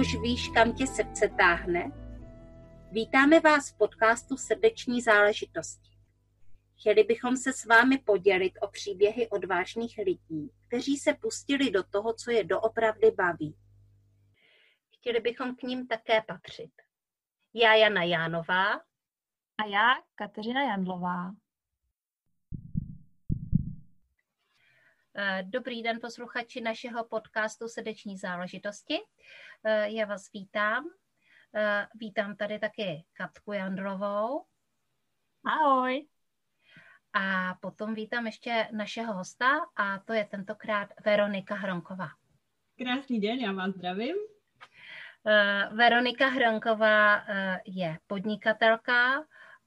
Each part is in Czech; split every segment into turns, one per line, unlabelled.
už víš, kam tě srdce táhne? Vítáme vás v podcastu Srdeční záležitosti. Chtěli bychom se s vámi podělit o příběhy odvážných lidí, kteří se pustili do toho, co je doopravdy baví. Chtěli bychom k ním také patřit. Já Jana Jánová
a já Kateřina Jandlová.
Dobrý den, posluchači našeho podcastu Srdeční záležitosti. Já vás vítám. Vítám tady taky Katku Jandlovou.
Ahoj.
A potom vítám ještě našeho hosta a to je tentokrát Veronika Hronková.
Krásný den, já vás zdravím.
Veronika Hronková je podnikatelka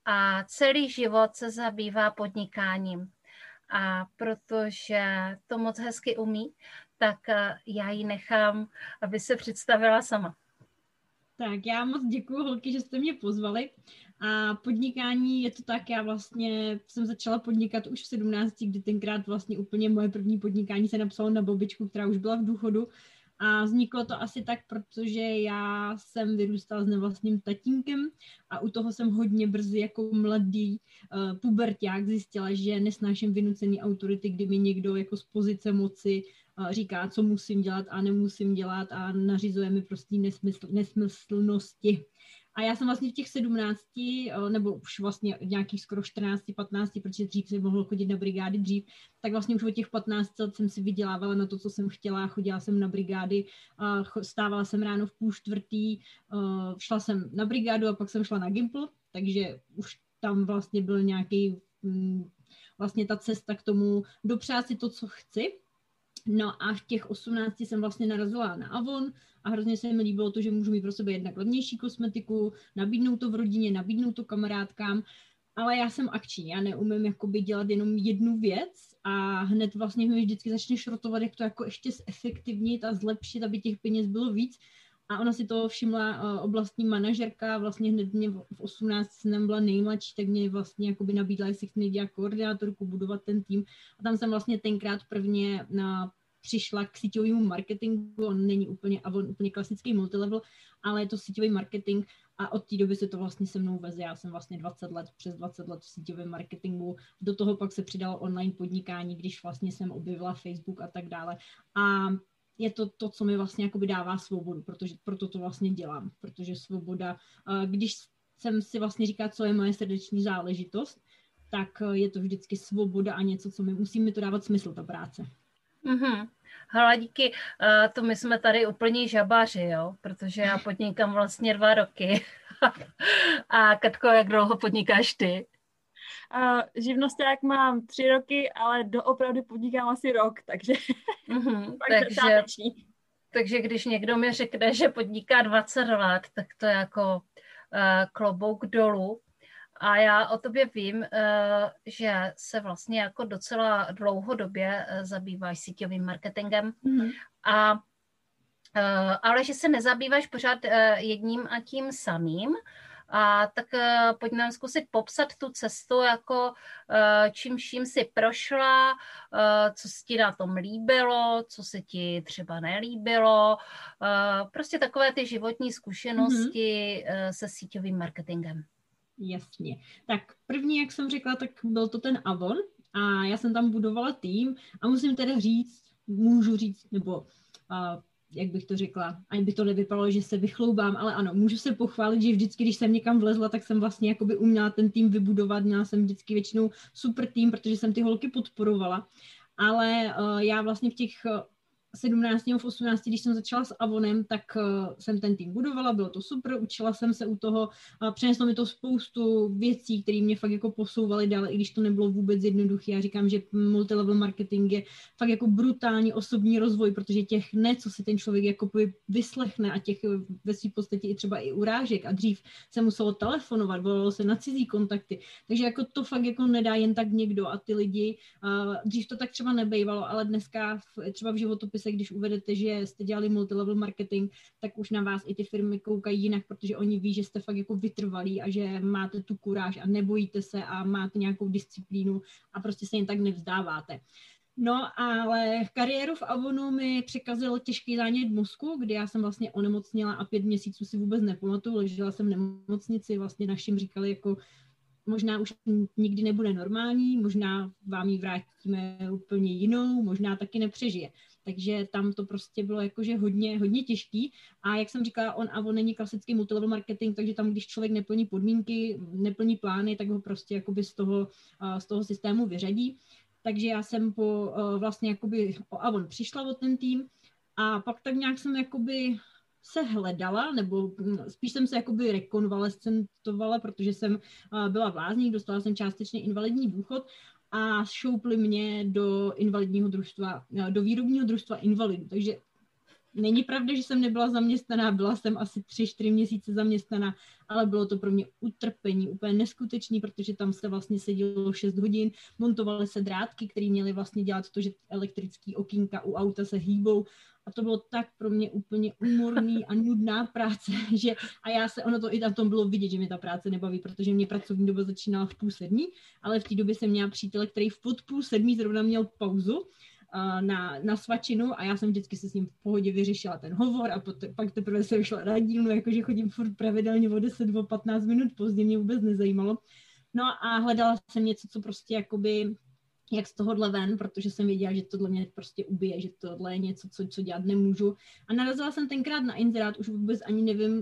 a celý život se zabývá podnikáním. A protože to moc hezky umí, tak já ji nechám, aby se představila sama.
Tak já moc děkuju, holky, že jste mě pozvali. A podnikání je to tak, já vlastně jsem začala podnikat už v 17, kdy tenkrát vlastně úplně moje první podnikání se napsalo na babičku, která už byla v důchodu. A vzniklo to asi tak, protože já jsem vyrůstala s nevlastním tatínkem a u toho jsem hodně brzy jako mladý puberťák zjistila, že nesnáším vynucený autority, kdy mi někdo jako z pozice moci říká, co musím dělat a nemusím dělat a nařizuje mi prostě nesmyslnosti. A já jsem vlastně v těch 17, nebo už vlastně nějakých skoro 14, 15, protože dřív jsem mohla chodit na brigády dřív, tak vlastně už od těch 15 let jsem si vydělávala na to, co jsem chtěla, chodila jsem na brigády, stávala jsem ráno v 3:30, šla jsem na brigádu a pak jsem šla na Gimpl, takže už tam vlastně byl nějaký, vlastně ta cesta k tomu dopřát si to, co chci. No a v těch 18 jsem vlastně narazila na Avon a hrozně se mi líbilo to, že můžu mít pro sebe jednak levnější kosmetiku, nabídnout to v rodině, nabídnout to kamarádkám, ale já jsem akční, já neumím jakoby dělat jenom jednu věc a hned vlastně mi vždycky začne šrotovat, jak to jako ještě zefektivnit a zlepšit, aby těch peněz bylo víc. A ona si to všimla oblastní manažerka, vlastně hned mě v 18 jsem byla nejmladší, tak mě vlastně jakoby nabídla, jestli chci dělat koordinátorku, budovat ten tým. A tam jsem vlastně tenkrát prvně přišla k síťovému marketingu, on není úplně Avon, úplně klasický multilevel, ale je to síťový marketing a od té doby se to vlastně se mnou veze. Já jsem vlastně přes 20 let v síťovém marketingu, do toho pak se přidalo online podnikání, když vlastně jsem objevila Facebook a tak dále. A je to, co mi vlastně jakoby dává svobodu, protože proto to vlastně dělám, protože svoboda, když jsem si vlastně říká, co je moje srdeční záležitost, tak je to vždycky svoboda a něco, co musí mi to dávat smysl, ta práce.
Mm-hmm. Hele, díky, to my jsme tady úplně žabaři, jo, protože já podnikám vlastně 2 roky. A Katko, jak dlouho podnikáš ty?
Živnosták mám 3 roky, ale doopravdy podnikám asi rok, takže
takže když někdo mi řekne, že podniká 20 let, tak to je jako klobouk dolů. A já o tobě vím, že se vlastně jako docela dlouhodobě zabýváš síťovým marketingem, ale že se nezabýváš pořád jedním a tím samým. A tak pojď nám zkusit popsat tu cestu, jako čím si prošla, co se ti na tom líbilo, co se ti třeba nelíbilo, prostě takové ty životní zkušenosti se síťovým marketingem.
Jasně. Tak první, jak jsem řekla, tak byl to ten Avon a já jsem tam budovala tým a musím teda můžu říct, nebo jak bych to řekla, ani by to nevypadalo, že se vychloubám, ale ano, můžu se pochválit, že vždycky, když jsem někam vlezla, tak jsem vlastně jakoby uměla ten tým vybudovat, měla jsem vždycky většinou super tým, protože jsem ty holky podporovala, ale já vlastně v těch 17 nebo v 18, když jsem začala s Avonem, tak jsem ten tým budovala, bylo to super, učila jsem se u toho, přineslo mi to spoustu věcí, které mě fakt jako posouvaly dál, i když to nebylo vůbec jednoduché. Já říkám, že multilevel marketing je fakt jako brutální osobní rozvoj, protože těch co si ten člověk jako vyslechne a těch ve své podstatě i třeba i urážek a dřív se muselo telefonovat, volalo se na cizí kontakty, takže jako to fakt jako nedá jen tak někdo a ty lidi, dřív to tak třeba nebejvalo, ale dneska třeba v životopise, když uvedete, že jste dělali multilevel marketing, tak už na vás i ty firmy koukají jinak, protože oni ví, že jste fakt jako vytrvalí a že máte tu kuráž a nebojíte se a máte nějakou disciplínu a prostě se jen tak nevzdáváte. No, ale kariéru v Avonu mi překazil těžký zánět mozku, kdy já jsem vlastně onemocněla a 5 měsíců si vůbec nepamatuju, ležela jsem v nemocnici, vlastně našim říkali jako možná už nikdy nebude normální, možná vám ji vrátíme úplně jinou, možná taky nepřežije. Takže tam to prostě bylo jakože hodně těžký. A jak jsem říkala, on není klasický multilevel marketing, takže tam, když člověk neplní podmínky, neplní plány, tak ho prostě jakoby z toho systému vyřadí. Takže já jsem vlastně jakoby o Avon přišla o ten tým a pak tak nějak jsem jakoby se hledala, nebo spíš jsem se jakoby rekonvalescentovala, protože jsem byla v lázních, dostala jsem částečně invalidní důchod a šoupli mě do invalidního družstva, do výrobního družstva invalidů. Takže není pravda, že jsem nebyla zaměstnaná, byla jsem asi 3-4 měsíce zaměstnaná, ale bylo to pro mě utrpení, úplně neskutečný, protože tam se vlastně sedělo 6 hodin, montovaly se drátky, které měly vlastně dělat to, že elektrický okýnka u auta se hýbou a to bylo tak pro mě úplně úmorný a nudná práce, že ono to i na tom bylo vidět, že mě ta práce nebaví, protože mě pracovní doba začínala v 6:30, ale v té době jsem měla přítele, který v 6:30 zrovna měl pauzu na svačinu a já jsem vždycky se s ním v pohodě vyřešila ten hovor a pak teprve jsem šla na dílnu, jakože chodím furt pravidelně o 10-15 minut pozdě, mě vůbec nezajímalo. No a hledala jsem něco, co prostě jakoby jak z tohohle ven, protože jsem věděla, že tohle mě prostě ubije, že tohle je něco, co dělat nemůžu. A narazila jsem tenkrát na inzerát, už vůbec ani nevím,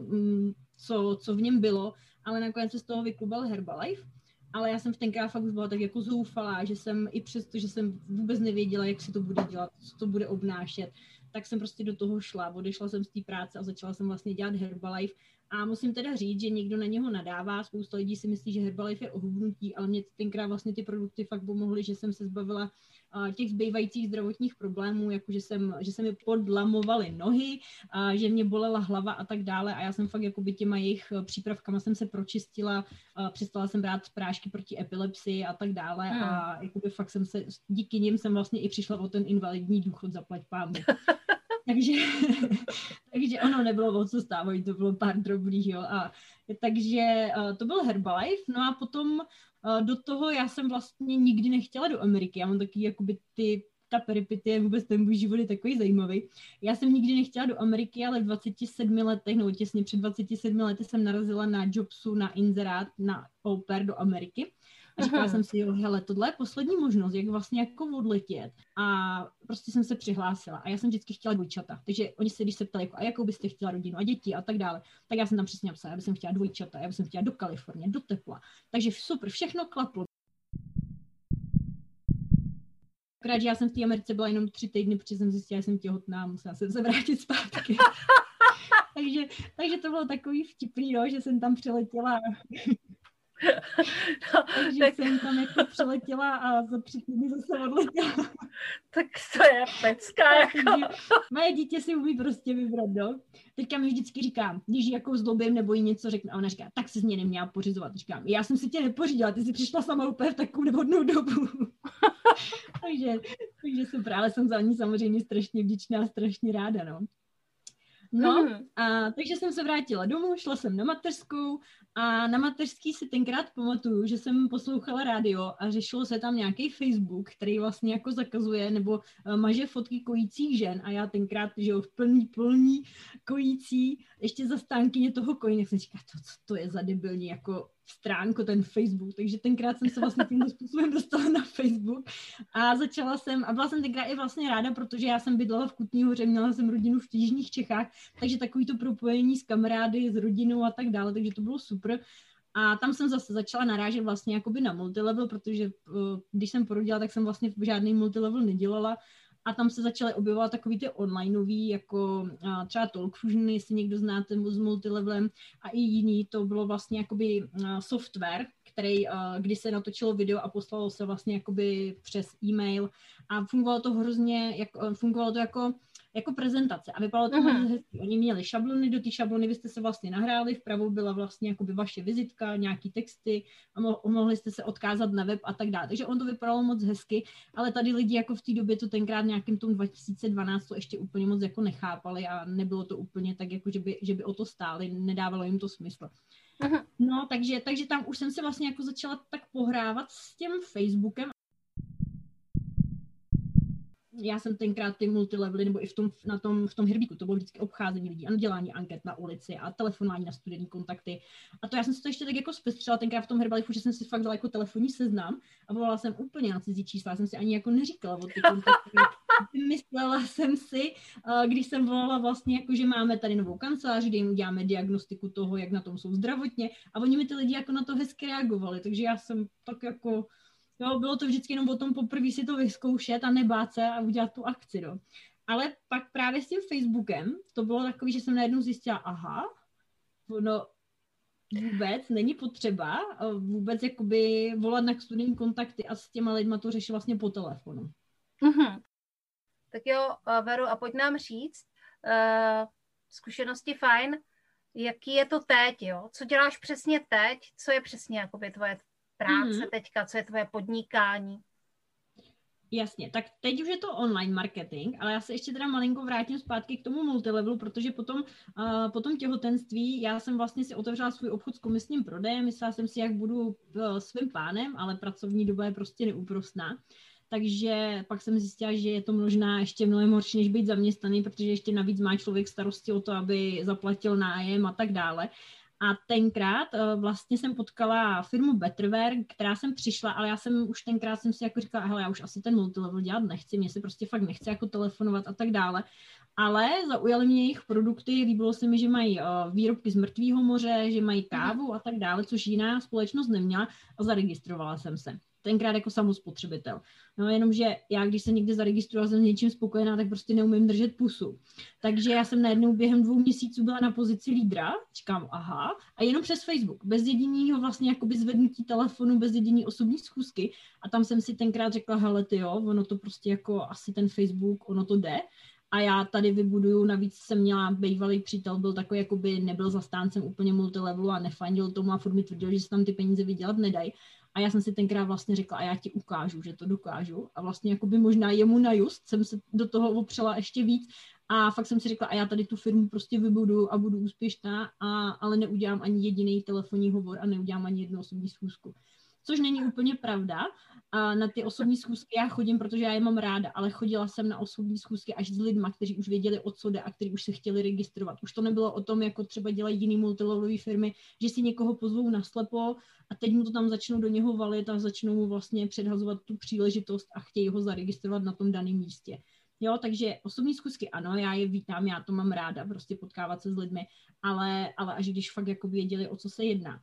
co v něm bylo, ale nakonec se z toho vyklubal Herbalife. Ale já jsem v tenkrát fakt už byla tak jako zoufalá, že jsem i přesto, že jsem vůbec nevěděla, jak se to bude dělat, co to bude obnášet, tak jsem prostě do toho šla, odešla jsem z té práce a začala jsem vlastně dělat Herbalife. A musím teda říct, že někdo na něho nadává, spousta lidí si myslí, že Herbalife je ohubnutí, ale mě tenkrát vlastně ty produkty fakt pomohly, že jsem se zbavila těch zbývajících zdravotních problémů, jako že se mi podlamovaly nohy, že mě bolela hlava a tak dále a já jsem fakt jakoby těma jejich přípravkama jsem se pročistila, přestala jsem brát prášky proti epilepsii a tak dále a jakoby fakt jsem se, díky nim jsem vlastně i přišla o ten invalidní důchod, zaplať pámu. Takže ono nebylo o co stávají, to bylo pár drobných, jo. Takže to byl Herbalife, no a potom do toho já jsem vlastně nikdy nechtěla do Ameriky, já mám taky jakoby ta peripetie, vůbec ten můj život je takový zajímavý. Já jsem nikdy nechtěla do Ameriky, ale v 27 letech, nebo těsně před 27 lety jsem narazila na Jobsu, na inzerát, na au pair do Ameriky. A říkala jsem si, jo, hele, tohle je poslední možnost, jak vlastně jako odletět. A prostě jsem se přihlásila. A já jsem vždycky chtěla dvojčata. Takže oni se, když se ptali, jako, a jakou byste chtěla rodinu a děti a tak dále, tak já jsem tam přesně napsala, já bych chtěla dvojčata, já bych chtěla do Kalifornie, do tepla. Takže super, všechno klaplo. Akorát, že já jsem v té Americe byla jenom 3 týdny, protože jsem zjistila, že jsem těhotná, musela jsem se vrátit zpátky. takže to bylo takový vtipný, no, že jsem tam přiletěla. Takže jsem tam jako přiletěla a za 3 týdny zase odletěla.
Tak to je pecka, jako.
Moje dítě si umí prostě vybrat, no. Teďka mi vždycky říkám, když jako zlobím nebo jí něco řekne, a ona říká, tak se z mě neměla pořizovat. Říkám, já jsem si tě nepořídila, ty jsi přišla sama úplně v takovou nevhodnou dobu. takže super, ale jsem za ní samozřejmě strašně vděčná, strašně ráda, no. No, takže jsem se vrátila domů, šla jsem na mateřskou a na mateřský si tenkrát pamatuju, že jsem poslouchala rádio a řešilo se tam nějaký Facebook, který vlastně jako zakazuje nebo maže fotky kojících žen a já tenkrát, že jo, plný kojící, ještě zastánkyně toho kojí, jsem říkala, co to je za debilní jako stránku, ten Facebook, takže tenkrát jsem se vlastně tímto způsobem dostala na Facebook a byla jsem tenkrát i vlastně ráda, protože já jsem bydlela v Kutní Hoře, měla jsem rodinu v jižních Čechách, takže takový to propojení s kamarády, s rodinou a tak dále, takže to bylo super. A tam jsem zase začala narážet vlastně jakoby na multilevel, protože když jsem porodila, tak jsem vlastně žádný multilevel nedělala. A tam se začaly objevovat takový ty onlineový, jako třeba Talk Fusion, jestli někdo znáte s multilevelem, a i jiný, to bylo vlastně jakoby software, který, kdy se natočilo video a poslalo se vlastně jakoby přes e-mail a fungovalo to jako prezentace a vypadalo to hezky. Oni měli šablony, do té šablony vy jste se vlastně nahráli, vpravo byla vlastně jakoby vaše vizitka, nějaký texty a mohli jste se odkázat na web a tak dále. Takže on to vypadalo moc hezky, ale tady lidi jako v té době to tenkrát nějakým tom 2012 to ještě úplně moc jako nechápali a nebylo to úplně tak, jako že by o to stáli, nedávalo jim to smysl. No, takže tam už jsem se vlastně jako začala tak pohrávat s tím Facebookem. já jsem tenkrát ty multilevely, nebo i v tom Herbíku, to bylo vždycky obcházení lidí, ano, dělání anket na ulici a telefonování na studijní kontakty. A to já jsem si to ještě tak jako zpestřila tenkrát v tom Herbalifu, že jsem si fakt dala jako telefonní seznam a volala jsem úplně na cizí čísla, já jsem si ani jako neříkala o ty kontakty. Myslela jsem si, když jsem volala vlastně, jako, že máme tady novou kancelář, kde jim uděláme diagnostiku toho, jak na tom jsou zdravotně a oni mi ty lidi jako na to hezky reagovali, takže já jsem tak jako, jo, bylo to vždycky jenom o tom poprvé si to vyzkoušet a nebát se a udělat tu akci, no. Ale pak právě s tím Facebookem to bylo takový, že jsem najednou zjistila, aha, no vůbec není potřeba vůbec jakoby volat na studijní kontakty a s těma lidma to řešit vlastně po telefonu.
Mm-hmm. Tak jo, Veru, a pojď nám říct, zkušenosti fajn, jaký je to teď, jo? Co děláš přesně teď? Co je přesně jakoby tvoje práce teďka? Co je tvoje podnikání?
Jasně, tak teď už je to online marketing, ale já se ještě teda malinko vrátím zpátky k tomu multilevelu, protože po tom těhotenství já jsem vlastně si otevřela svůj obchod s komisním prodejem, myslela jsem si, jak budu svým pánem, ale pracovní doba je prostě neúprosná. Takže pak jsem zjistila, že je to možná ještě mnohem horší, než být zaměstnaný, protože ještě navíc má člověk starosti o to, aby zaplatil nájem a tak dále. A tenkrát vlastně jsem potkala firmu Betterware, která jsem přišla, ale já jsem už tenkrát jsem si jako říkala, hele, já už asi ten multilevel dělat nechci, mě se prostě fakt nechce jako telefonovat a tak dále. Ale zaujaly mě jejich produkty, líbilo se mi, že mají výrobky z mrtvého moře, že mají kávu a tak dále, což jiná společnost neměla a zaregistrovala jsem se. Tenkrát jako samospotřebitel. No jenomže já, když se někde zaregistrovala, jsem s něčím spokojená, tak prostě neumím držet pusu. Takže já jsem najednou během 2 měsíců byla na pozici lídra, říkám aha, a jenom přes Facebook, bez jediného vlastně jakoby zvednutí telefonu, bez jediný osobní schůzky. A tam jsem si tenkrát řekla, hele ty jo, ono to prostě jako asi ten Facebook, ono to jde. A já tady vybuduju, navíc jsem měla bývalý přítel, byl takový, jakoby nebyl zastáncem úplně multilevelu a nefandil tomu a furt mi tvrdil, že se tam ty peníze vydělat nedají. A já jsem si tenkrát vlastně řekla, a já ti ukážu, že to dokážu. A vlastně jakoby možná jemu na just jsem se do toho opřela ještě víc. A fakt jsem si řekla, a já tady tu firmu prostě vybuduju a budu úspěšná, ale neudělám ani jediný telefonní hovor a neudělám ani jednu osobní schůzku. Což není úplně pravda. A na ty osobní schůzky já chodím, protože já je mám ráda, ale chodila jsem na osobní schůzky až s lidma, kteří už věděli, o co jde a kteří už se chtěli registrovat. Už to nebylo o tom, jako třeba dělají jiný multilevelové firmy, že si někoho pozvou naslepo a teď mu to tam začnou do něho valit a začnou mu vlastně předhazovat tu příležitost a chtějí ho zaregistrovat na tom daném místě. Jo, takže osobní schůzky ano, já je vítám, já to mám ráda, prostě potkávat se s lidmi, ale až když fakt jako věděli, o co se jedná.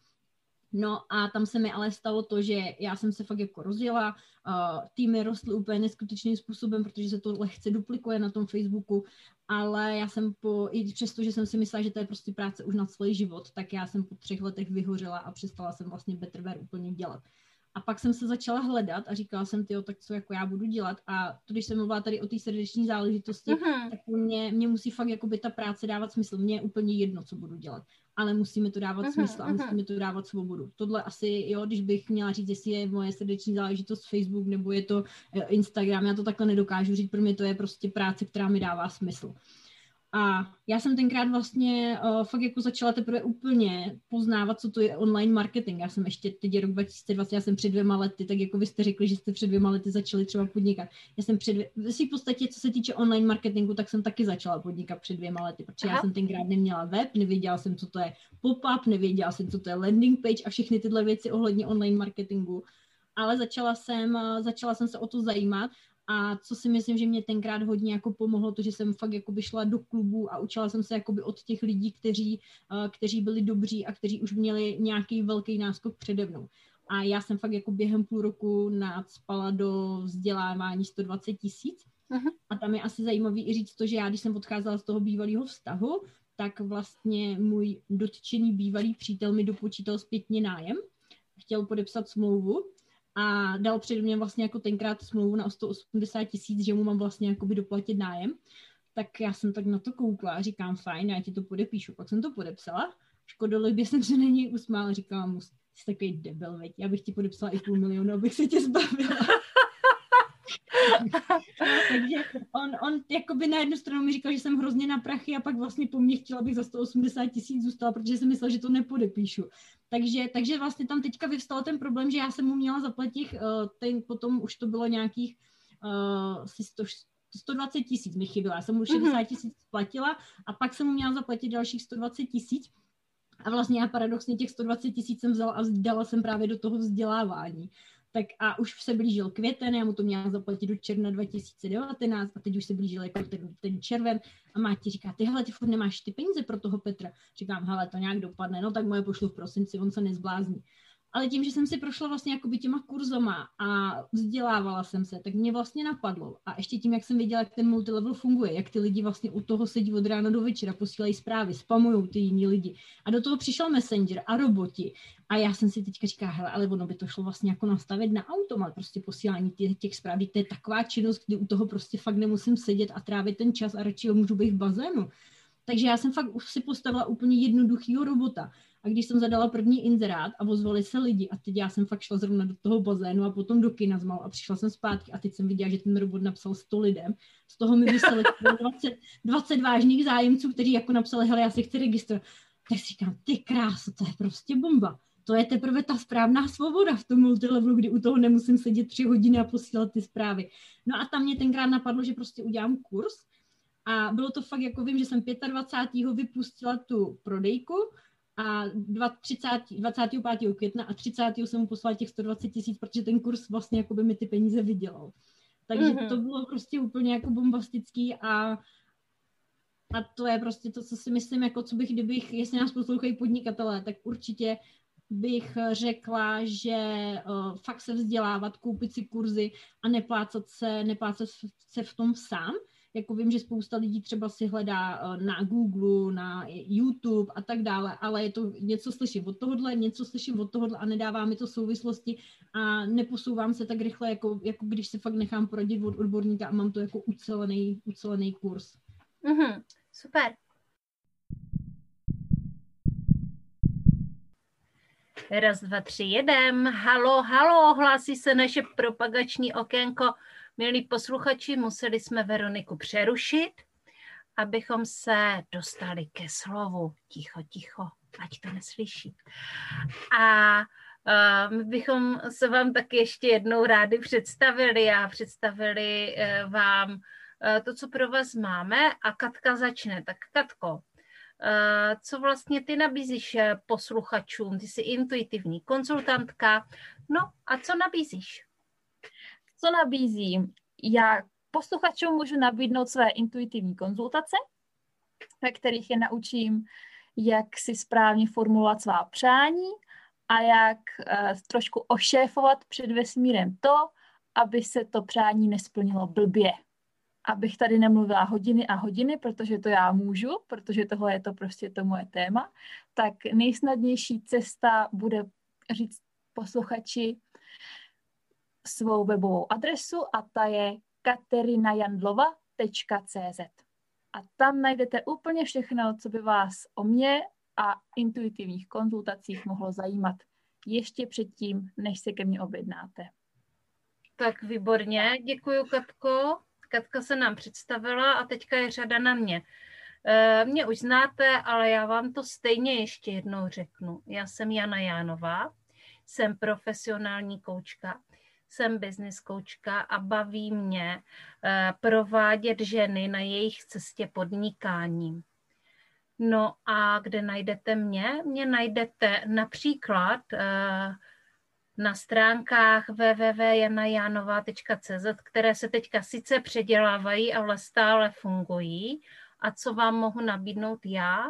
No a tam se mi ale stalo to, že já jsem se fakt jako rozjela, týmy rostly úplně neskutečným způsobem, protože se to lehce duplikuje na tom Facebooku, ale já jsem i přesto, že jsem si myslela, že to je prostě práce už na celý život, tak já jsem po 3 letech vyhořela a přestala jsem vlastně Betterware úplně dělat. A pak jsem se začala hledat a říkala jsem, tyjo, tak co jako já budu dělat. A to, když jsem mluvila tady o té srdeční záležitosti, tak mě musí fakt jakoby ta práce dávat smysl. Mně je úplně jedno, co budu dělat. Ale musí mi to dávat smysl a musí mi to dávat svobodu. Tohle asi, jo, když bych měla říct, jestli je moje srdeční záležitost Facebook nebo je to Instagram, já to takhle nedokážu říct, pro mě to je prostě práce, která mi dává smysl. A já jsem tenkrát vlastně fakt jako začala teprve úplně poznávat, co to je online marketing. Já jsem ještě, teď je rok 2020, já jsem před 2 lety, tak jako vy jste řekli, že jste před 2 lety začali třeba podnikat. Já jsem v podstatě, co se týče online marketingu, tak jsem taky začala podnikat před 2 lety, protože já jsem tenkrát neměla web, nevěděla jsem, co to je pop-up, nevěděla jsem, co to je landing page a všechny tyhle věci ohledně online marketingu. Ale začala jsem se o to zajímat. A co si myslím, že mě tenkrát hodně jako pomohlo, to, že jsem fakt jakoby šla do klubu a učila jsem se jakoby od těch lidí, kteří byli dobří a kteří už měli nějaký velký náskok přede mnou. A já jsem fakt jako během půl roku nacpala do vzdělávání 120 000. A tam je asi zajímavý i říct to, že já, když jsem odcházela z toho bývalého vztahu, tak vlastně můj dotčený bývalý přítel mi dopočítal zpětně nájem. Chtěl podepsat smlouvu. A dal přede mě vlastně jako tenkrát smlouvu na 180 000, že mu mám vlastně jakoby doplatit nájem. Tak já jsem tak na to koukla a říkám, fajn, já ti to podepíšu. Pak jsem to podepsala. Škodolibě jsem se na něj usmála, říkala mu, jsi takový debil, veď, já bych ti podepsala i 500 000, abych se tě zbavila. Takže on jakoby na jednu stranu mi říkal, že jsem hrozně na prachy a pak vlastně po mně chtěla, abych za 180 000 zůstala, protože jsem myslela, že to nepodepíšu. Takže vlastně tam teďka vyvstal ten problém, že já jsem mu měla zaplatit, potom už to bylo nějakých 120 000 mi chybělo. Já jsem mu 60 000 splatila a pak jsem mu měla zaplatit dalších 120 000. A vlastně já paradoxně těch 120 000 jsem vzala a dala jsem právě do toho vzdělávání. Tak a už se blížil květen, já mu to měla zaplatit do června 2019 a teď už se blížil jako ten červen a Máti říká, tyhle, ty furt nemáš ty peníze pro toho Petra. Říkám, hele, to nějak dopadne, no tak moje pošlu v prosinci, on se nezblázní. Ale tím, že jsem si prošla vlastně jakoby těma kurzama a vzdělávala jsem se, tak mě vlastně napadlo. A ještě tím, jak jsem viděla, jak ten multilevel funguje, jak ty lidi vlastně u toho sedí od rána do večera, posílají zprávy, spamujou ty jiní lidi. A do toho přišel Messenger a roboti. A já jsem si teďka říkala, hele, ale ono by to šlo vlastně jako nastavit na automat, prostě posílání těch zpráv. To je taková činnost, kdy u toho prostě fakt nemusím sedět a trávit ten čas a radši ho můžu být v bazénu. Takže já jsem fakt už si postavila úplně jednoduchýho robota. A když jsem zadala první inzerát a ozvali se lidi a teď já jsem fakt šla zrovna do toho bazénu a potom do kina zmalu a přišla jsem zpátky a teď jsem viděla, že ten robot napsal 100 lidem. Z toho mi vysely 20 vážných zájemců, kteří jako napsali, hele, já si chci registrovat. Tak si říkám, ty kráso, to je prostě bomba. To je teprve ta správná svoboda v tom multilevelu, kdy u toho nemusím sedět 3 hodiny a posílat ty zprávy. No a tam mě tenkrát napadlo, že prostě udělám kurz a bylo to fakt, jako vím, že jsem 25. vypustila tu prodejku a 25. května a 30. jsem mu poslala těch 120 000, protože ten kurz vlastně jako by mi ty peníze vydělal. Takže to bylo prostě úplně jako bombastický a to je prostě to, co si myslím, jako co bych, jestli nás poslouchají podnikatelé, tak určitě bych řekla, že fakt se vzdělávat, koupit si kurzy a neplácat se v tom sám. Jako vím, že spousta lidí třeba si hledá na Google, na YouTube a tak dále, ale je to něco slyším od tohohle, něco slyším od tohohle a nedává mi to souvislosti a neposouvám se tak rychle, jako když se fakt nechám poradit od odborníka a mám to jako ucelený kurz.
Super. Raz, dva, tři, jedem. Halo, hlásí se naše propagační okénko. Milí posluchači, museli jsme Veroniku přerušit, abychom se dostali ke slovu. Ticho, ať to neslyší. A my bychom se vám taky ještě jednou rádi představili a představili vám to, co pro vás máme a Katka začne. Tak Katko, co vlastně ty nabízíš posluchačům? Ty jsi intuitivní konzultantka, no a co nabízíš?
Co nabízím? Já posluchačům můžu nabídnout své intuitivní konzultace, ve kterých je naučím, jak si správně formulovat svá přání a jak trošku ošéfovat před vesmírem to, aby se to přání nesplnilo blbě. Abych tady nemluvila hodiny a hodiny, protože to já můžu, protože tohle je to prostě to moje téma, tak nejsnadnější cesta bude říct posluchači svou webovou adresu a ta je katerinajandlova.cz. A tam najdete úplně všechno, co by vás o mě a intuitivních konzultacích mohlo zajímat ještě předtím, než se ke mně objednáte.
Tak výborně, děkuju Katko. Katka se nám představila a teďka je řada na mě. Mě už znáte, ale já vám to stejně ještě jednou řeknu. Já jsem Jana Jánová, jsem profesionální koučka, jsem business koučka a baví mě provádět ženy na jejich cestě podnikáním. No a kde najdete mě? Mě najdete například na stránkách www.janajanova.cz, které se teďka sice předělávají, ale stále fungují. A co vám mohu nabídnout já?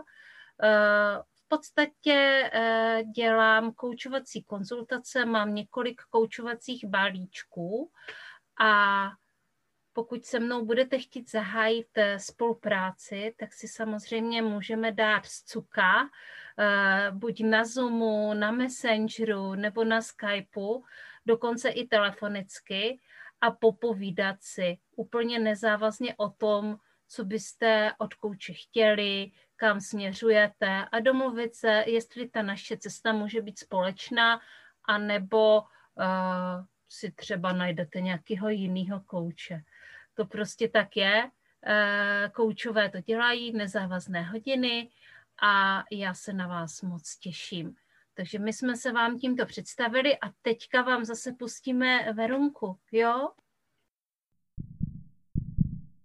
V podstatě dělám koučovací konzultace, mám několik koučovacích balíčků a pokud se mnou budete chtít zahájit spolupráci, tak si samozřejmě můžeme dát z cuka, buď na Zoomu, na Messengeru nebo na Skypeu, dokonce i telefonicky a popovídat si úplně nezávazně o tom, co byste od kouče chtěli, kam směřujete a domluvit se, jestli ta naše cesta může být společná, anebo si třeba najdete nějakého jiného kouče. To prostě tak je. Koučové to dělají, nezávazné hodiny a já se na vás moc těším. Takže my jsme se vám tímto představili a teďka vám zase pustíme Verunku, jo?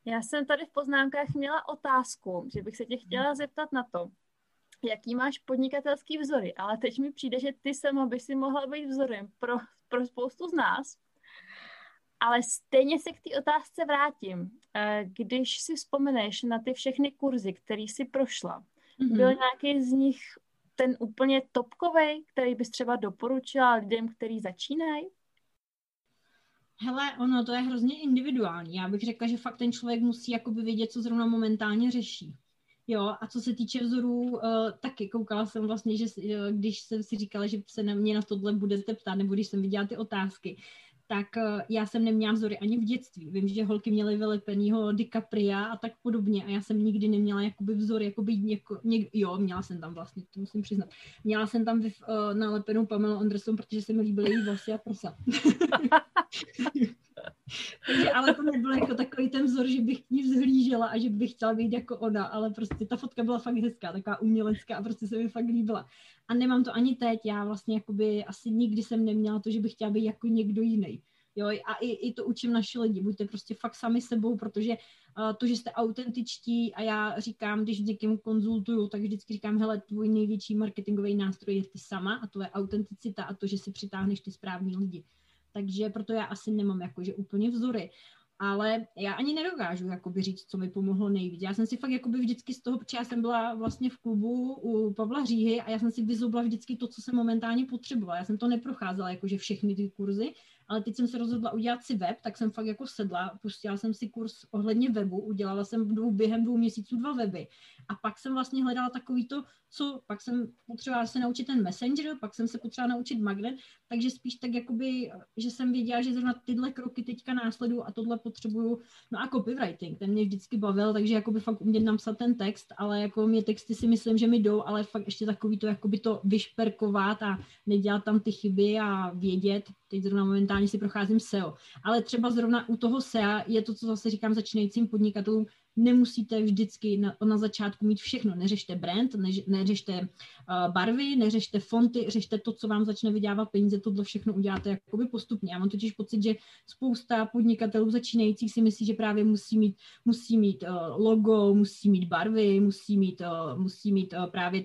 Já jsem tady v poznámkách měla otázku, že bych se tě chtěla zeptat na to, jaký máš podnikatelský vzory, ale teď mi přijde, že ty sama by si mohla být vzorem pro spoustu z nás, ale stejně se k té otázce vrátím. Když si vzpomeneš na ty všechny kurzy, které jsi prošla, byl nějaký z nich ten úplně topkovej, který bys třeba doporučila lidem, kteří začínají?
Hele, ono to je hrozně individuální. Já bych řekla, že fakt ten člověk musí jakoby vědět, co zrovna momentálně řeší. Jo, a co se týče vzorů, taky koukala jsem vlastně, že když jsem si říkala, že se na mě na tohle budete ptát, nebo když jsem viděla ty otázky, tak já jsem neměla vzory ani v dětství. Vím, že holky měly vylepenýho DiCapria a tak podobně a já jsem nikdy neměla jakoby vzor, jo, měla jsem tam vlastně, to musím přiznat. Měla jsem tam nalepenou Pamelu Anderson, protože se mi líbily její vlasy a prsa. Takže, ale to nebyl jako takový ten vzor, že bych k ní vzhlížela a že bych chtěla být jako ona, ale prostě ta fotka byla fakt hezká, taková umělecká a prostě se mi fakt líbila. A nemám to ani teď, já vlastně jakoby asi nikdy jsem neměla to, že bych chtěla být jako někdo jiný. Jo, a i to učím naši lidi, buďte prostě fakt sami sebou, protože to, že jste autentičtí a já říkám, když s někým konzultuju, tak vždycky říkám, hele, tvůj největší marketingový nástroj je ty sama a to je autenticita a to, že si přitáhneš ty správný lidi. Takže proto já asi nemám jakože úplně vzory. Ale já ani nedokážu jakoby říct, co mi pomohlo nejvíc. Já jsem si fakt jakoby vždycky z toho, protože já jsem byla vlastně v klubu u Pavla Říhy a já jsem si vyzobla vždycky to, co jsem momentálně potřebovala. Já jsem to neprocházela jakože všechny ty kurzy, ale teď jsem se rozhodla udělat si web, tak jsem fakt jako sedla, pustila jsem si kurz ohledně webu, udělala jsem během 2 měsíců 2 weby a pak jsem vlastně hledala takový to, co pak jsem potřebovala se naučit ten Messenger, pak jsem se potřebovala naučit Magnet, takže spíš tak jakoby, že jsem věděla, že zrovna tyhle kroky teďka následuju a tohle potřebuju, no a copywriting, ten mě vždycky bavil, takže jakoby fakt umět napsat ten text, ale jako mě texty si myslím, že mi jdou, ale fakt ještě takový to jakoby to vyšperkovat a nedělat tam ty chyby a vědět, teď zrovna momentálně si procházím SEO, ale třeba zrovna u toho SEA je to, co zase říkám začínajícím podnikatelům, nemusíte vždycky na začátku mít všechno. Neřešte brand, neřešte barvy, neřešte fonty, řešte to, co vám začne vydělávat peníze, tohle všechno uděláte jakoby postupně. Já mám totiž pocit, že spousta podnikatelů začínajících si myslí, že právě musí mít logo, musí mít barvy, musí mít právě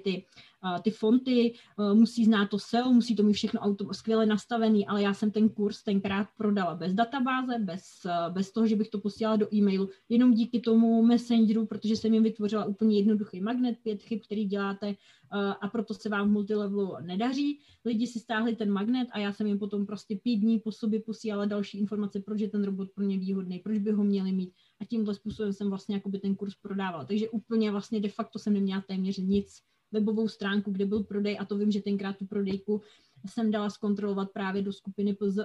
ty fonty, musí znát to SEO, musí to mít všechno skvěle nastavený, ale já jsem ten kurz tenkrát prodala bez databáze, bez toho, že bych to posílala do e-mailu, jenom díky tomu Messengeru, protože jsem jim vytvořila úplně jednoduchý magnet, 5 chyb, který děláte a proto se vám v multilevelu nedaří. Lidi si stáhli ten magnet a já jsem jim potom prostě 5 dní po sobě posílala další informace, proč je ten robot pro ně výhodný, proč by ho měli mít a tímhle způsobem jsem vlastně jakoby ten kurz prodávala. Takže úplně vlastně de facto jsem neměla téměř nic, webovou stránku, kde byl prodej a to vím, že tenkrát tu prodejku jsem dala zkontrolovat právě do skupiny PZE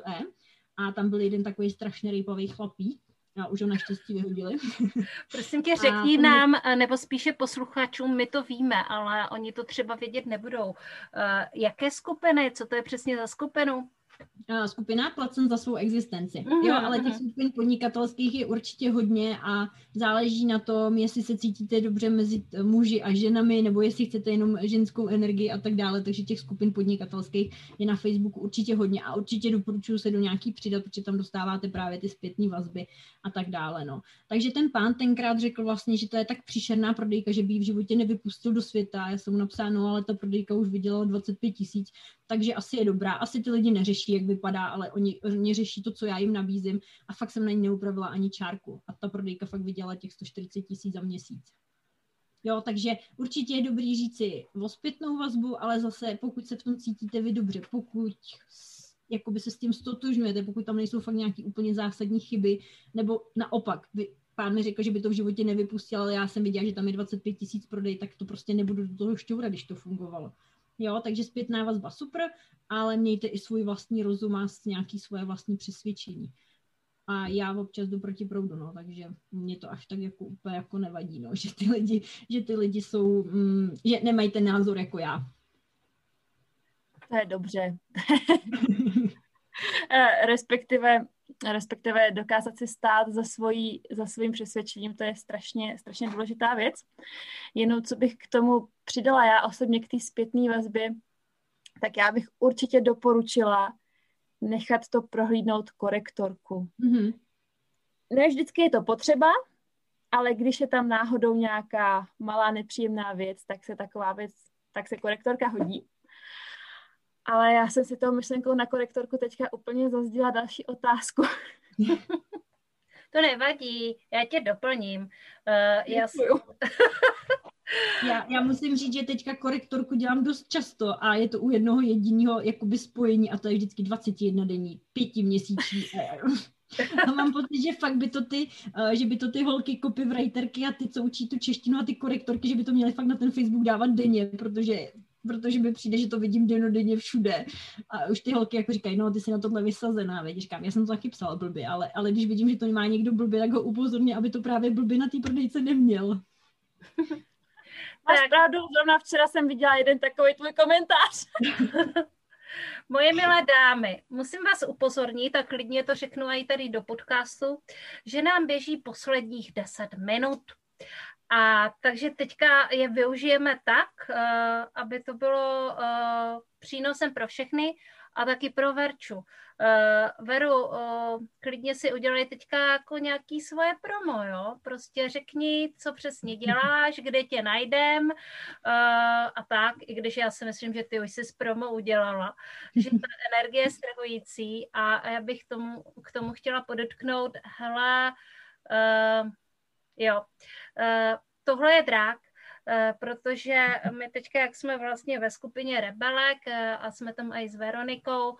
a tam byl jeden takový strašně rejpavý chlapík a už ho naštěstí vyhodili.
Prosím tě, řekni nám, nebo spíše posluchačům, my to víme, ale oni to třeba vědět nebudou. Jaké skupiny, co to je přesně za skupinu?
Skupina Placen za svou existenci. Jo, ale těch skupin podnikatelských je určitě hodně a záleží na tom, jestli se cítíte dobře mezi muži a ženami, nebo jestli chcete jenom ženskou energii a tak dále. Takže těch skupin podnikatelských je na Facebooku určitě hodně a určitě doporučuji se do nějaký přidat, protože tam dostáváte právě ty zpětné vazby a tak dále. No. Takže ten pán tenkrát řekl vlastně, že to je tak příšerná prodejka, že by ji v životě nevypustil do světa. Já jsem mu napsala, no ale ta prodejka už vydělala 25 000, takže asi je dobrá. Asi ty lidi neřeší, jak vypadá, ale oni řeší to, co já jim nabízím a fakt jsem na ní neupravila ani čárku. A ta prodejka fakt vydělala těch 140 000 za měsíc. Jo, takže určitě je dobrý říct si o zpětnou vazbu, ale zase pokud se v tom cítíte vy dobře, pokud jakoby se s tím stotožňujete, pokud tam nejsou fakt nějaký úplně zásadní chyby, nebo naopak, pán mi řekl, že by to v životě nevypustil, ale já jsem viděla, že tam je 25 000 prodej, tak to prostě nebudu do toho šťourat, když to fungovalo. Jo, takže zpětná vazba super, ale mějte i svůj vlastní rozum a nějaký svoje vlastní přesvědčení. A já občas jdu proti proudu, no, takže mě to až tak jako úplně jako nevadí, no, že ty lidi jsou, že nemají ten názor jako já.
To je dobře. respektive dokázat si stát za svým přesvědčením, to je strašně důležitá věc. Jenom co bych k tomu přidala já osobně k té zpětné vazbě, tak já bych určitě doporučila nechat to prohlídnout korektorku. Mm-hmm. Ne vždycky je to potřeba, ale když je tam náhodou nějaká malá nepříjemná věc, tak se korektorka hodí. Ale já jsem si tou myšlenkou na korektorku teďka úplně zazdila další otázku.
To nevadí, já tě doplním.
Já musím říct, že teďka korektorku dělám dost často a je to u jednoho jediného jakoby spojení a to je vždycky 21 denní, 5měsíční. A mám pocit, že fakt by to ty holky copywriterky a ty, co učí tu češtinu a ty korektorky, že by to měly fakt na ten Facebook dávat denně, protože mi přijde, že to vidím dennodenně všude. A už ty holky jako říkají, no ty jsi na tohle vysazená, víš, říkám, já jsem to taky psala blbě, ale když vidím, že to má někdo blbě, tak ho upozorně, aby to právě blbě na té prodejce neměl.
Máš pravdu, zrovna včera jsem viděla jeden takový tvůj komentář.
Moje milé dámy, musím vás upozornit, a klidně to řeknu i tady do podcastu, že nám běží posledních 10 minut. A takže teďka je využijeme tak, aby to bylo přínosem pro všechny a taky pro Verču. Veru, klidně si udělej teďka jako nějaký svoje promo, jo? Prostě řekni, co přesně děláš, kde tě najdem a tak, i když já si myslím, že ty už jsi s promo udělala, že ta energie je strhující a já bych k tomu chtěla podotknout, hele, tohle je drak, protože my teďka, jak jsme vlastně ve skupině Rebelek a jsme tam i s Veronikou,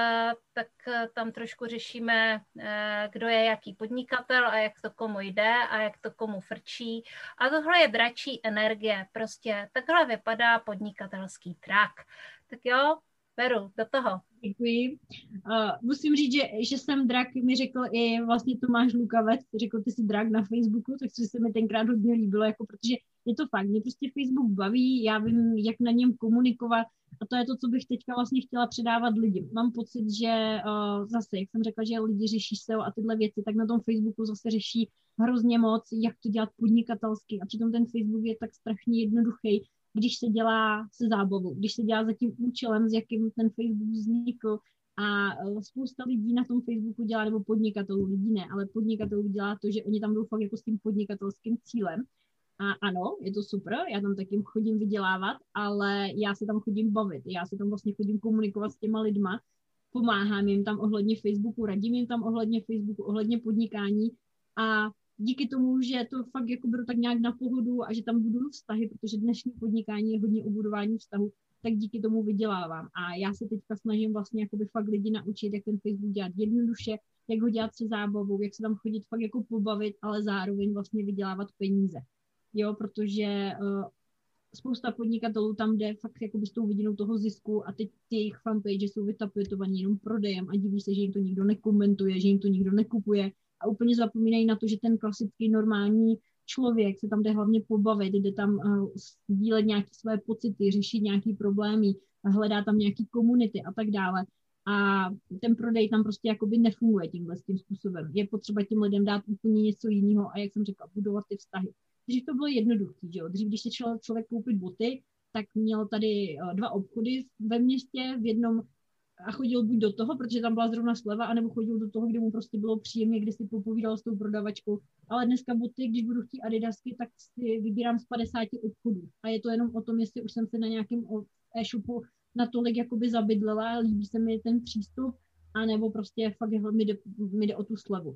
tak tam trošku řešíme, kdo je jaký podnikatel a jak to komu jde a jak to komu frčí. A tohle je dračí energie, prostě takhle vypadá podnikatelský trak. Tak jo, Veru, do toho.
Děkuji. Musím říct, že jsem drak, mi řekl i vlastně Tomáš Lukavec, řekl, ty jsi drak na Facebooku, takže se mi tenkrát hodně líbilo, jako protože je to fakt, mě prostě Facebook baví, já vím, jak na něm komunikovat a to je to, co bych teďka vlastně chtěla předávat lidem. Mám pocit, že zase, jak jsem řekla, že lidi řeší SEO a tyhle věci, tak na tom Facebooku zase řeší hrozně moc, jak to dělat podnikatelsky a přitom ten Facebook je tak strašně jednoduchý, když se dělá se zábavou, když se dělá za tím účelem, s jakým ten Facebook vznikl a spousta lidí na tom Facebooku dělá, nebo podnikatelů, lidí ne, ale podnikatelů dělá to, že oni tam jdou fakt jako s tím podnikatelským cílem. A ano, je to super, já tam taky chodím vydělávat, ale já se tam chodím bavit, já se tam vlastně chodím komunikovat s těma lidma, pomáhám jim tam ohledně Facebooku, radím jim tam ohledně Facebooku, ohledně podnikání a díky tomu, že to fakt jako beru tak nějak na pohodu a že tam buduju vztahy, protože dnešní podnikání je hodně o budování vztahu, tak díky tomu vydělávám. A já se teďka snažím vlastně jakoby fakt lidi naučit, jak ten Facebook dělat jednoduše, jak ho dělat se zábavou, jak se tam chodit fakt jako pobavit, ale zároveň vlastně vydělávat peníze. Jo, protože spousta podnikatelů tam jde fakt jakoby s tou vidinou toho zisku a teď ty jejich fanpage jsou vytapetovaní jenom prodejem a diví se, že jim to nikdo nekomentuje, že jim to nikdo nekupuje a úplně zapomínají na to, že ten klasický normální člověk se tam jde hlavně pobavit, jde tam sdílet nějaké své pocity, řešit nějaké problémy, hledá tam nějaké komunity a tak dále. A ten prodej tam prostě jakoby nefunguje tímhle s tím způsobem. Je potřeba těm lidem dát úplně něco jiného a jak jsem řekla, budovat ty vztahy. Dřív to bylo jednoduché, že jo? Dřív, když se člověk koupit boty, tak měl tady 2 obchody ve městě, v jednom a chodil buď do toho, protože tam byla zrovna sleva, anebo chodil do toho, kde mu prostě bylo příjemně, kde si popovídal s tou prodavačkou. Ale dneska boty, když budu chtít adidasky, tak si vybírám z 50 obchodů. A je to jenom o tom, jestli už jsem se na nějakém e-shopu natolik jakoby zabydlela, líbí se mi ten přístup, anebo prostě fakt mi jde o tu slevu.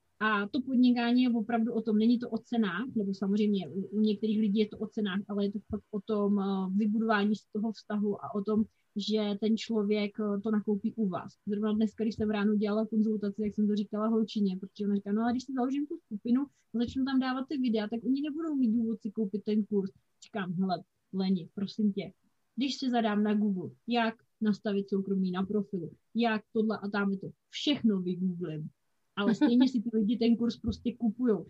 A to podnikání je opravdu o tom, není to o cenách, nebo samozřejmě u některých lidí je to o cenách, ale je to fakt o tom vybudování z toho vztahu a o tom, že ten člověk to nakoupí u vás. Zrovna dneska, když jsem ráno dělala konzultaci, jak jsem to říkala holčině, protože ona říká, no a když si založím tu skupinu a začnu tam dávat ty videa, tak oni nebudou mít důvod si koupit ten kurz. Říkám, hele, Leni, prosím tě, když si zadám na Google, jak nastavit soukromí na profilu, jak tohle a tam to, všechno vygooglím. Ale stejně si ty lidi ten kurz prostě kupujou.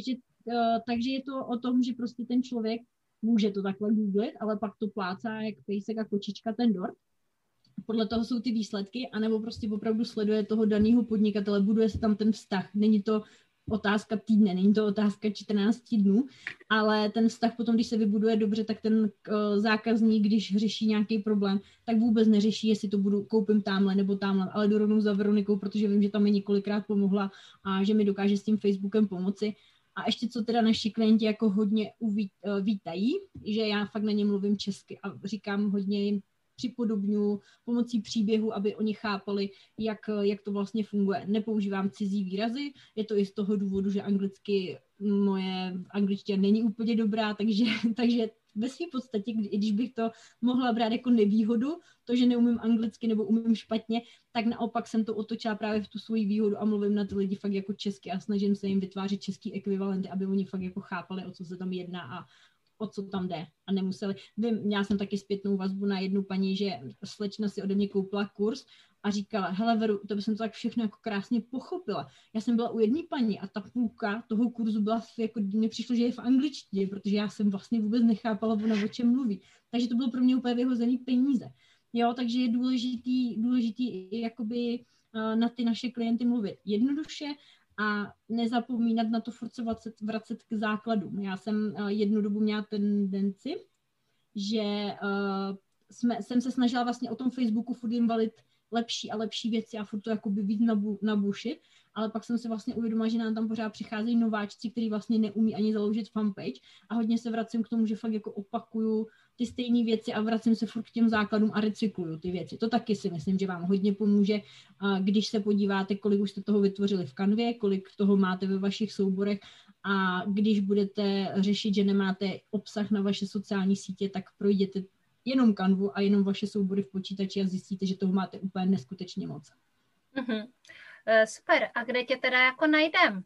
Takže je to o tom, že prostě ten člověk může to takhle googlit, ale pak to plácá jak pejsek a kočička ten dort. Podle toho jsou ty výsledky, anebo prostě opravdu sleduje toho daného podnikatele, buduje se tam ten vztah. Není to otázka týdne, není to otázka 14 dnů, ale ten vztah potom, když se vybuduje dobře, tak ten zákazník, když řeší nějaký problém, tak vůbec neřeší, jestli to koupím tamhle nebo tamhle, ale jdu rovnou za Veronikou, protože vím, že tam mi několikrát pomohla a že mi dokáže s tím Facebookem pomoci. A ještě co teda naši klienti jako hodně vítají, že já fakt na ně mluvím česky a říkám hodně jim připodobňuji pomocí příběhu, aby oni chápali, jak to vlastně funguje. Nepoužívám cizí výrazy, je to i z toho důvodu, že anglicky moje angličtina není úplně dobrá, takže ve své podstatě, když bych to mohla brát jako nevýhodu, to, že neumím anglicky nebo umím špatně, tak naopak jsem to otočila právě v tu svoji výhodu a mluvím na ty lidi fakt jako česky a snažím se jim vytvářet český ekvivalenty, aby oni fakt jako chápali, o co se tam jedná a o co tam jde a nemuseli. Měla jsem taky zpětnou vazbu na jednu paní, že slečna si ode mě koupila kurz a říkala, hele Veru, to bych jsem to tak všechno jako krásně pochopila. Já jsem byla u jedné paní a ta půlka toho kurzu byla, jako mně přišlo, že je v angličtině, protože já jsem vlastně vůbec nechápala, ona o čem mluví. Takže to bylo pro mě úplně vyhozený peníze. Jo, takže je důležitý jakoby na ty naše klienty mluvit jednoduše a nezapomínat na to furt se vracet k základům. Já jsem jednu dobu měla tendenci, že jsem se snažila vlastně o tom Facebooku furt jim valit lepší a lepší věci a furt to jakoby víc nabušit, ale pak jsem si vlastně uvědomila, že nám tam pořád přicházejí nováčci, kteří vlastně neumí ani založit fanpage a hodně se vracím k tomu, že fakt jako opakuju ty stejné věci a vracím se furt k těm základům a recykluju ty věci. To taky si myslím, že vám hodně pomůže, když se podíváte, kolik už jste toho vytvořili v Canvě, kolik toho máte ve vašich souborech a když budete řešit, že nemáte obsah na vaše sociální sítě, tak projděte jenom Canvu a jenom vaše soubory v počítači a zjistíte, že toho máte úplně neskutečně moc.
Mm-hmm. Super. A kde tě teda jako najdem?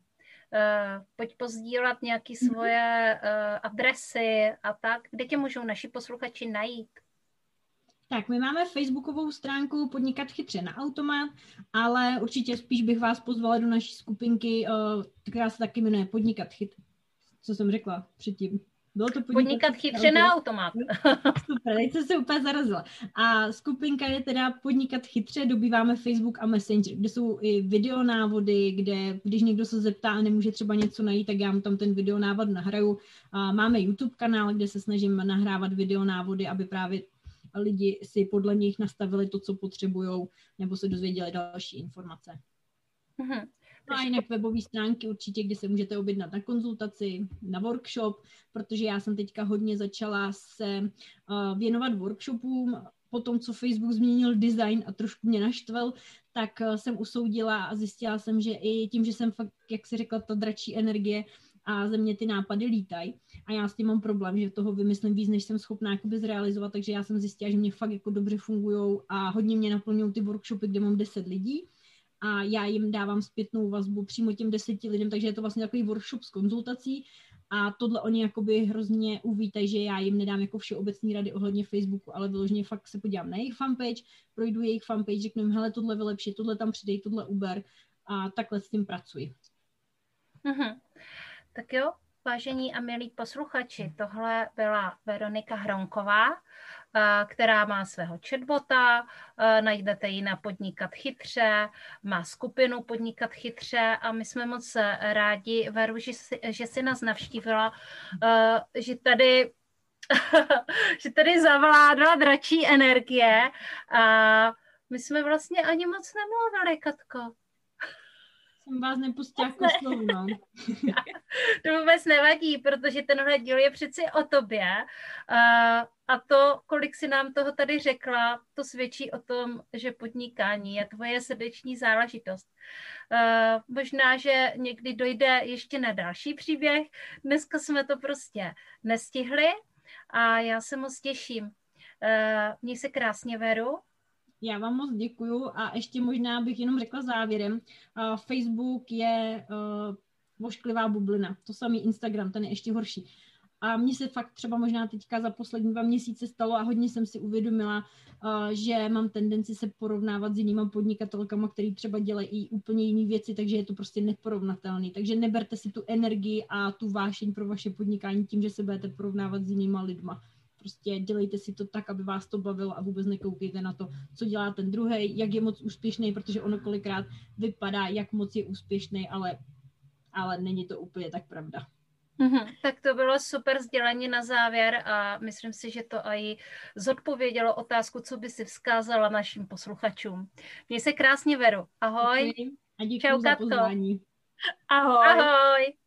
Pojď pozdílet nějaké svoje adresy a tak. Kde tě můžou naši posluchači najít?
Tak, my máme facebookovou stránku Podnikat chytře na automat, ale určitě spíš bych vás pozvala do naší skupinky, která se taky jmenuje Podnikat chytře. Co jsem řekla předtím? Bylo to
Podnikat chytře na automat.
Super, teď jsem se úplně zarazila. A skupinka je teda Podnikat chytře, dobýváme Facebook a Messenger, kde jsou i videonávody, kde když někdo se zeptá a nemůže třeba něco najít, tak já mu tam ten videonávod nahraju. A máme YouTube kanál, kde se snažím nahrávat videonávody, aby právě lidi si podle nich nastavili to, co potřebujou, nebo se dozvěděli další informace.
Mm-hmm.
No a jinak webové stránky určitě, kde se můžete objednat na konzultaci, na workshop, protože já jsem teďka hodně začala se věnovat workshopům. Po tom, co Facebook změnil design a trošku mě naštval, tak jsem usoudila a zjistila jsem, že i tím, že jsem fakt, jak si řekla, ta dračí energie a ze mě ty nápady lítají. A já s tím mám problém, že toho vymyslím víc, než jsem schopná jakoby zrealizovat, takže já jsem zjistila, že mě fakt jako dobře fungujou a hodně mě naplňují ty workshopy, kde mám 10 lidí. A já jim dávám zpětnou vazbu přímo těm 10 lidem, takže je to vlastně takový workshop s konzultací a tohle oni jakoby hrozně uvítají, že já jim nedám jako všeobecní rady ohledně Facebooku, ale vyloženě fakt se podívám na jejich fanpage, projdu jejich fanpage, řeknu jim, hele, tohle vylepši, tohle tam přidej, tohle uber a takhle s tím pracuji.
Mm-hmm. Tak jo, vážení a milí posluchači, tohle byla Veronika Hronková, která má svého chatbota, najdete ji na Podnikat chytře, má skupinu Podnikat chytře a my jsme moc rádi, Veru, že jsi nás navštívila, že tady zavládla dračí energie a my jsme vlastně ani moc nemluvili, Katko.
Jsem vás nepustila jako slovo, no.
To vůbec nevadí, protože tenhle díl je přeci o tobě a to, kolik si nám toho tady řekla, to svědčí o tom, že podnikání je tvoje srdeční záležitost. Možná, že někdy dojde ještě na další příběh. Dneska jsme to prostě nestihli a já se moc těším. Měj se krásně, Veru.
Já vám moc děkuju a ještě možná bych jenom řekla závěrem. Facebook je vošklivá bublina. To samý Instagram, ten je ještě horší. A mně se fakt třeba možná teďka za poslední 2 měsíce stalo a hodně jsem si uvědomila, že mám tendenci se porovnávat s jinýma podnikatelkama, který třeba dělají i úplně jiné věci, takže je to prostě neporovnatelný. Takže neberte si tu energii a tu vášeň pro vaše podnikání tím, že se budete porovnávat s jinýma lidma. Prostě dělejte si to tak, aby vás to bavilo a vůbec nekoukejte na to, co dělá ten druhej, jak je moc úspěšný, protože ono kolikrát vypadá, jak moc je úspěšný, ale není to úplně tak pravda.
Tak to bylo super sdělení na závěr a myslím si, že to i zodpovědělo otázku, co by si vzkázala našim posluchačům. Měj se krásně, Veru. Ahoj.
A děkuji za pozvání.
Ahoj.
Ahoj.